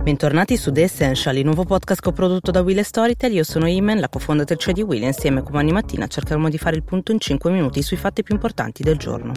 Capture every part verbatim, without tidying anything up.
Bentornati su The Essential, il nuovo podcast coprodotto da Will e Storytel. Io sono Imen, la cofondatrice di Will, e insieme come ogni mattina cercheremo di fare il punto in cinque minuti sui fatti più importanti del giorno.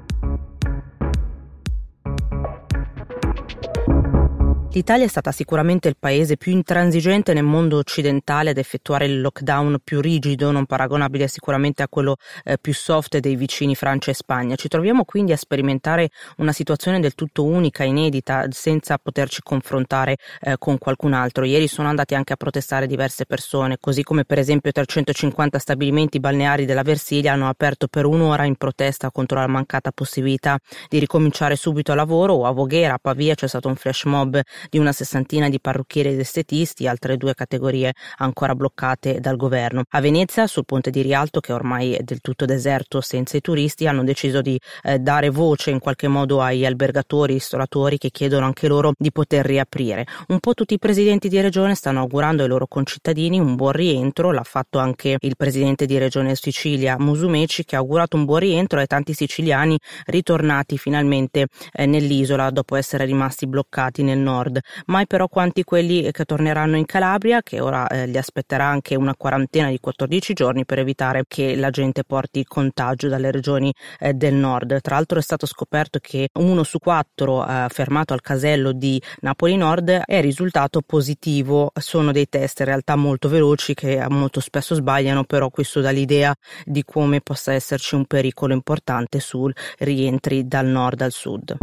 L'Italia è stata sicuramente il paese più intransigente nel mondo occidentale ad effettuare il lockdown più rigido, non paragonabile sicuramente a quello eh, più soft dei vicini Francia e Spagna. Ci troviamo quindi a sperimentare una situazione del tutto unica, inedita, senza poterci confrontare eh, con qualcun altro. Ieri sono andati anche a protestare diverse persone, così come per esempio trecentocinquanta stabilimenti balneari della Versilia hanno aperto per un'ora in protesta contro la mancata possibilità di ricominciare subito a lavoro, o a Voghera, a Pavia, c'è stato un flash mob di una sessantina di parrucchieri ed estetisti, altre due categorie ancora bloccate dal governo. A Venezia, sul ponte di Rialto, che ormai è del tutto deserto senza i turisti, hanno deciso di eh, dare voce in qualche modo agli albergatori, ristoratori che chiedono anche loro di poter riaprire. Un po' tutti i presidenti di regione stanno augurando ai loro concittadini un buon rientro, l'ha fatto anche il presidente di regione Sicilia Musumeci, che ha augurato un buon rientro ai tanti siciliani ritornati finalmente eh, nell'isola dopo essere rimasti bloccati nel nord. Mai però quanti quelli che torneranno in Calabria, che ora eh, li aspetterà anche una quarantena di quattordici giorni per evitare che la gente porti il contagio dalle regioni eh, del nord. Tra l'altro è stato scoperto che uno su quattro eh, fermato al casello di Napoli Nord è risultato positivo. Sono dei test in realtà molto veloci che molto spesso sbagliano, però questo dà l'idea di come possa esserci un pericolo importante sul rientri dal nord al sud.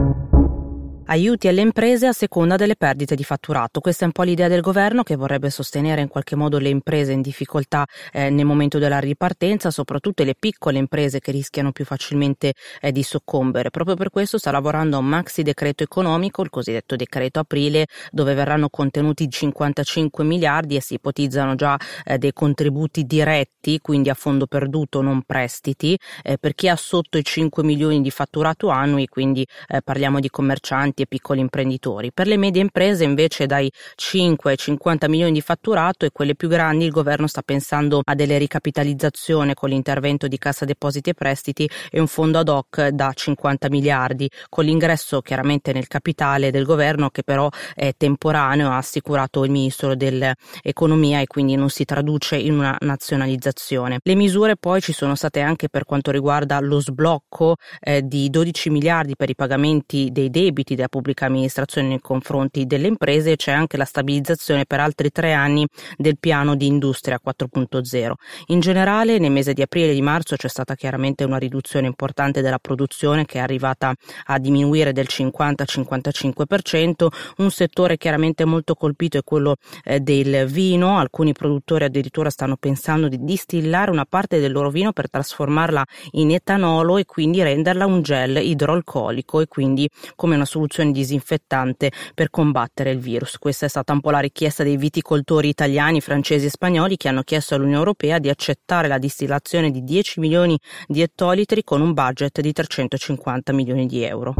Aiuti alle imprese a seconda delle perdite di fatturato. Questa è un po' l'idea del governo, che vorrebbe sostenere in qualche modo le imprese in difficoltà eh, nel momento della ripartenza, soprattutto le piccole imprese che rischiano più facilmente eh, di soccombere. Proprio per questo sta lavorando a un maxi decreto economico, il cosiddetto decreto aprile, dove verranno contenuti cinquantacinque miliardi e si ipotizzano già eh, dei contributi diretti, quindi a fondo perduto, non prestiti, eh, per chi ha sotto i cinque milioni di fatturato annui, quindi eh, parliamo di commercianti e piccoli imprenditori. Per le medie imprese invece dai cinque ai cinquanta milioni di fatturato, e quelle più grandi il governo sta pensando a delle ricapitalizzazioni con l'intervento di Cassa Depositi e Prestiti e un fondo ad hoc da cinquanta miliardi, con l'ingresso chiaramente nel capitale del governo, che però è temporaneo, ha assicurato il ministro dell'economia, e quindi non si traduce in una nazionalizzazione. Le misure poi ci sono state anche per quanto riguarda lo sblocco eh, di dodici miliardi per i pagamenti dei debiti della pubblica amministrazione nei confronti delle imprese, e c'è anche la stabilizzazione per altri tre anni del piano di industria quattro punto zero. In generale nel mese di aprile e di marzo c'è stata chiaramente una riduzione importante della produzione, che è arrivata a diminuire del cinquanta cinquantacinque per cento. Un settore chiaramente molto colpito è quello eh, del vino. Alcuni produttori addirittura stanno pensando di distillare una parte del loro vino per trasformarla in etanolo e quindi renderla un gel idroalcolico, e quindi come una soluzione disinfettante per combattere il virus. Questa è stata un po' la richiesta dei viticoltori italiani, francesi e spagnoli, che hanno chiesto all'Unione Europea di accettare la distillazione di dieci milioni di ettolitri con un budget di trecentocinquanta milioni di euro.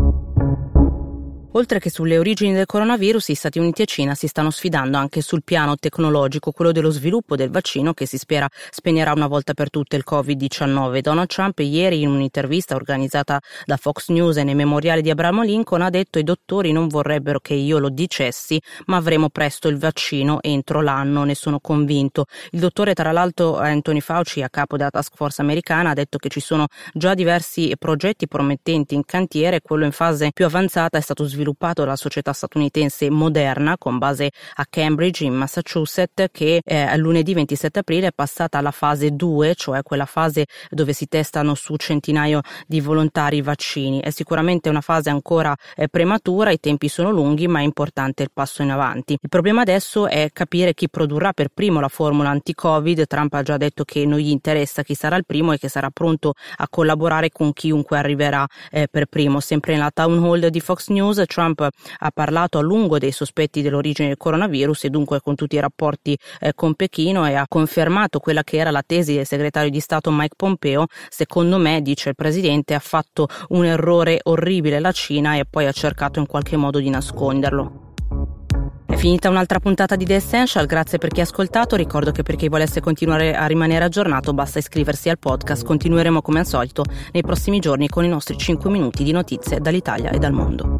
Oltre che sulle origini del coronavirus, gli Stati Uniti e Cina si stanno sfidando anche sul piano tecnologico, quello dello sviluppo del vaccino che si spera spegnerà una volta per tutte il covid diciannove. Donald Trump ieri, in un'intervista organizzata da Fox News e nei memoriali di Abraham Lincoln, ha detto: i dottori non vorrebbero che io lo dicessi, ma avremo presto il vaccino entro l'anno, ne sono convinto. Il dottore, tra l'altro, Anthony Fauci, a capo della task force americana, ha detto che ci sono già diversi progetti promettenti in cantiere. Quello in fase più avanzata è stato sviluppato dalla società statunitense Moderna, con base a Cambridge in Massachusetts, che eh, lunedì ventisette aprile è passata alla fase due, cioè quella fase dove si testano su centinaio di volontari vaccini. È sicuramente una fase ancora eh, prematura, i tempi sono lunghi, ma è importante il passo in avanti. Il problema adesso è capire chi produrrà per primo la formula anti-Covid. Trump ha già detto che non gli interessa chi sarà il primo e che sarà pronto a collaborare con chiunque arriverà eh, per primo. Sempre nella town hall di Fox News, Trump ha parlato a lungo dei sospetti dell'origine del coronavirus e dunque con tutti i rapporti eh, con Pechino, e ha confermato quella che era la tesi del segretario di Stato Mike Pompeo. Secondo me, dice il presidente, ha fatto un errore orribile la Cina e poi ha cercato in qualche modo di nasconderlo. È finita un'altra puntata di The Essential, grazie per chi ha ascoltato. Ricordo che per chi volesse continuare a rimanere aggiornato basta iscriversi al podcast. Continueremo come al solito nei prossimi giorni con i nostri cinque minuti di notizie dall'Italia e dal mondo.